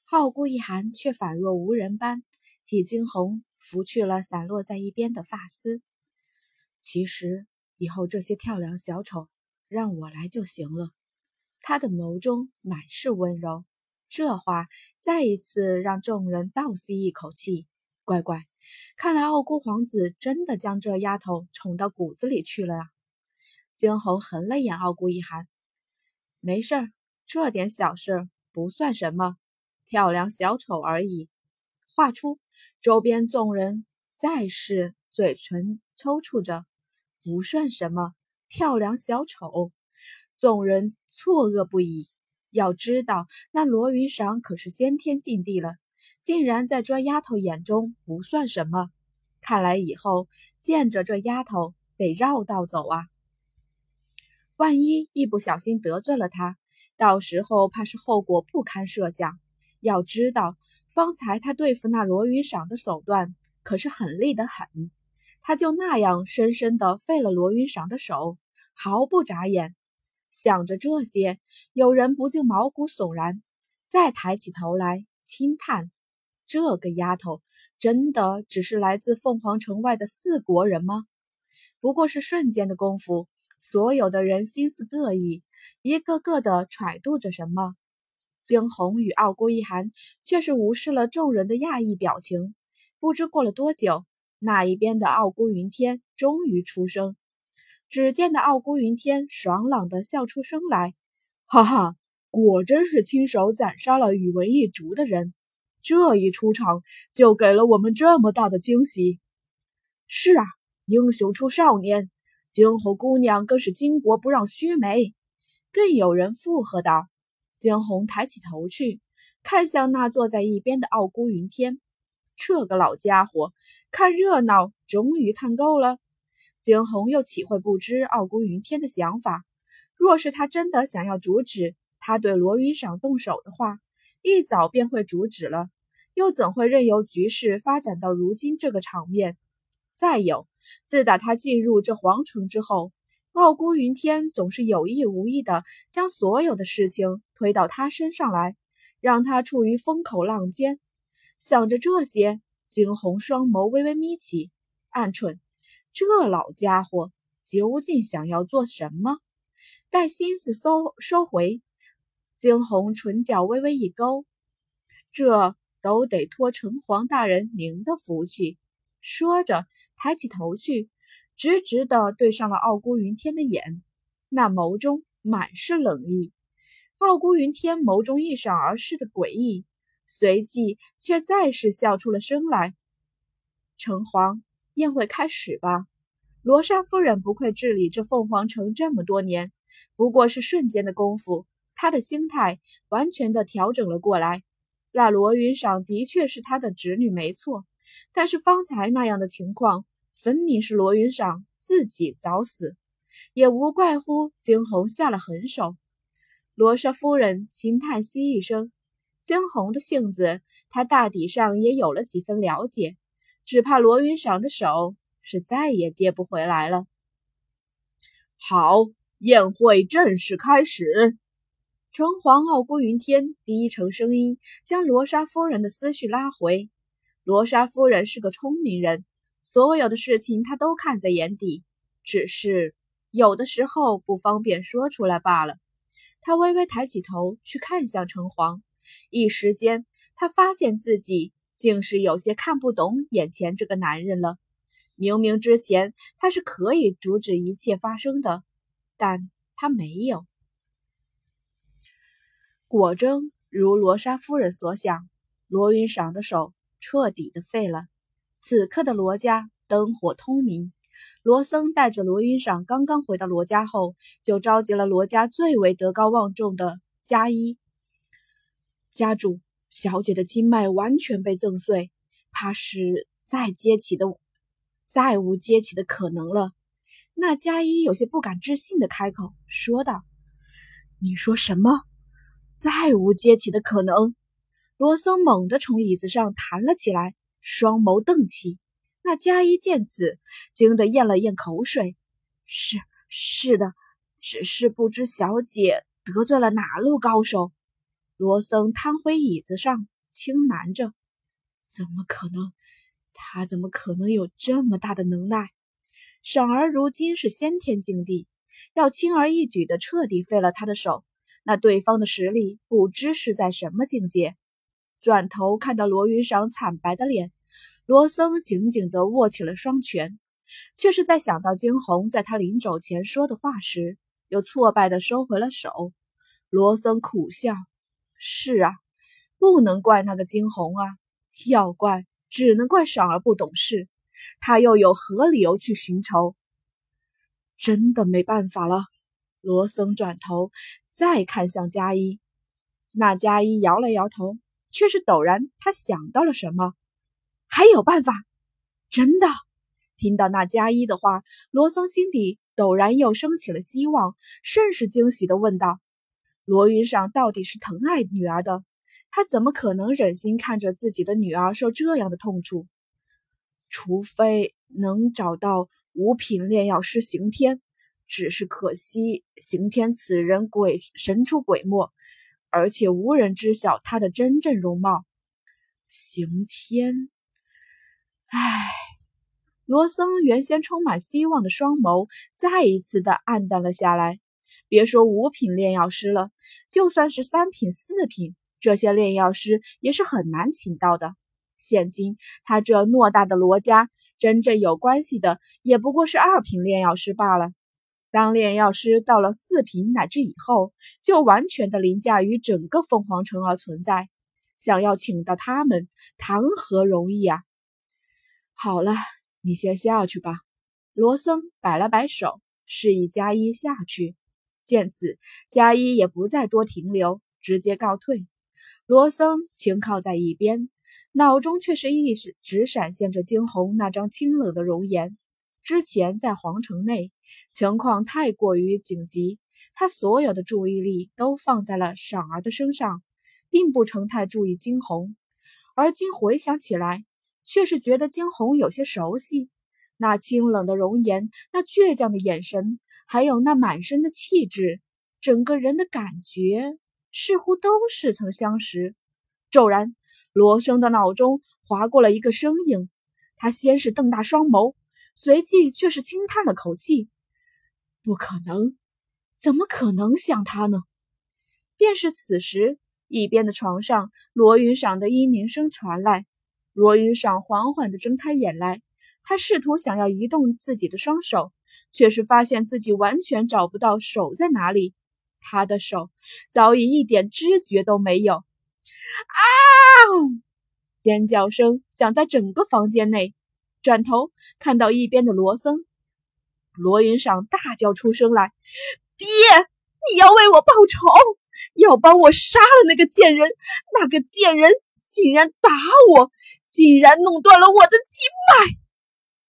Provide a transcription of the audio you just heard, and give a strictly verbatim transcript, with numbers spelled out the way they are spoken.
傲孤一寒却仿若无人般，替惊鸿拂去了散落在一边的发丝。其实以后这些跳梁小丑让我来就行了。他的眸中满是温柔，这话再一次让众人倒吸一口气。乖乖，看来傲孤皇子真的将这丫头宠到骨子里去了啊！惊鸿横了眼傲孤一寒，没事儿，这点小事不算什么，跳梁小丑而已。话出，周边众人再是嘴唇抽搐着，不算什么，跳梁小丑。众人错愕不已。要知道，那罗云裳可是先天禁地了，竟然在这丫头眼中不算什么。看来以后见着这丫头得绕道走啊！万一一不小心得罪了她，到时候怕是后果不堪设想。要知道，方才他对付那罗云裳的手段可是狠厉得很，他就那样深深地废了罗云裳的手，毫不眨眼。想着这些，有人不禁毛骨悚然，再抬起头来轻叹：这个丫头真的只是来自凤凰城外的四国人吗？不过是瞬间的功夫，所有的人心思各异，一个个的揣度着什么。惊鸿与傲孤一寒却是无视了众人的讶异表情。不知过了多久，那一边的傲孤云天终于出声。只见的傲孤云天爽朗地笑出声来，哈哈，果真是亲手斩杀了宇文一族的人，这一出场就给了我们这么大的惊喜。是啊，英雄出少年，惊鸿姑娘更是巾帼不让须眉。更有人附和道。惊鸿抬起头去，看向那坐在一边的傲孤云天，这个老家伙看热闹终于看够了。惊鸿又岂会不知傲孤云天的想法？若是他真的想要阻止他对罗云裳动手的话，一早便会阻止了，又怎会任由局势发展到如今这个场面？再有，自打他进入这皇城之后，傲孤云天总是有意无意地将所有的事情推到他身上来，让他处于风口浪尖。想着这些，惊鸿双眸微微眯起，暗忖这老家伙究竟想要做什么？待心思收收回，惊鸿唇角微微一勾，这都得托城隍大人您的福气。说着，抬起头去，直直地对上了傲孤云天的眼，那眸中满是冷意。傲孤云天眸中一闪而逝的诡异，随即却再是笑出了声来。城隍，宴会开始吧。罗莎夫人不愧治理这凤凰城这么多年，不过是瞬间的功夫，她的心态完全的调整了过来。那罗云裳的确是她的侄女没错，但是方才那样的情况，分明是罗云裳自己找死，也无怪乎惊鸿下了狠手。罗莎夫人轻叹息一声，惊鸿的性子，她大抵上也有了几分了解，只怕罗云裳的手是再也接不回来了。好，宴会正式开始。城隍傲孤云天低沉声音将罗莎夫人的思绪拉回。罗莎夫人是个聪明人，所有的事情她都看在眼底，只是有的时候不方便说出来罢了。她微微抬起头去看向城隍，一时间她发现自己竟是有些看不懂眼前这个男人了。明明之前他是可以阻止一切发生的，但他没有。果真如罗莎夫人所想，罗云裳的手彻底的废了。此刻的罗家灯火通明，罗僧带着罗云裳刚刚回到罗家后，就召集了罗家最为德高望重的家医。家主，小姐的经脉完全被震碎，怕是再接起的再无接起的可能了。那家医有些不敢置信的开口说道：你说什么？再无接起的可能？罗僧猛地从椅子上弹了起来，双眸瞪起。那家医见此，惊得咽了咽口水。是是的，只是不知小姐得罪了哪路高手。罗僧瘫回椅子上， 轻喃着：“怎么可能？他怎么可能有这么大的能耐？赏儿如今是先天境地，要轻而易举地彻底废了他的手，那对方的实力不知是在什么境界。”转头看到罗云赏惨白的脸，罗僧紧紧地握起了双拳，却是在想到惊鸿在他临走前说的话时，又挫败地收回了手。罗僧苦笑：“是啊，不能怪那个惊鸿啊，要怪只能怪赏儿不懂事，他又有何理由去寻仇？”真的没办法了。罗僧转头再看向迦衣，那迦衣摇了摇头，却是陡然他想到了什么。还有办法？真的？听到那迦衣的话，罗僧心里陡然又升起了希望，甚是惊喜地问道：“罗云赏到底是疼爱女儿的，他怎么可能忍心看着自己的女儿受这样的痛楚？除非能找到五品炼药师刑天，只是可惜刑天此人鬼神出鬼没，而且无人知晓他的真正容貌。刑天……唉。”罗僧原先充满希望的双眸再一次的暗淡了下来。别说五品炼药师了，就算是三品、四品，这些炼药师也是很难请到的。现今他这偌大的罗家，真正有关系的也不过是二品炼药师罢了。当炼药师到了四品乃至以后，就完全的凌驾于整个凤凰城而存在，想要请到他们，谈何容易啊！好了，你先下去吧。罗僧摆了摆手，示意迦衣下去。见此，迦衣也不再多停留，直接告退。罗僧轻靠在一边，脑中却是一直闪现着惊鸿那张清冷的容颜。之前在皇城内，情况太过于紧急，他所有的注意力都放在了赏儿的身上，并不曾太注意惊鸿。而今回想起来，却是觉得惊鸿有些熟悉，那清冷的容颜，那倔强的眼神，还有那满身的气质，整个人的感觉似乎都似曾相识。骤然，罗生的脑中划过了一个身影，他先是瞪大双眸，随即却是轻叹了口气：“不可能，怎么可能像他呢？”便是此时，一边的床上，罗云赏的嘤咛声传来。罗云赏缓缓地睁开眼来，他试图想要移动自己的双手，却是发现自己完全找不到手在哪里。他的手早已一点知觉都没有。啊！尖叫声响在整个房间内。转头看到一边的罗僧，罗云赏大叫出声来：“爹，你要为我报仇，要帮我杀了那个贱人！那个贱人竟然打我，竟然弄断了我的经脉！”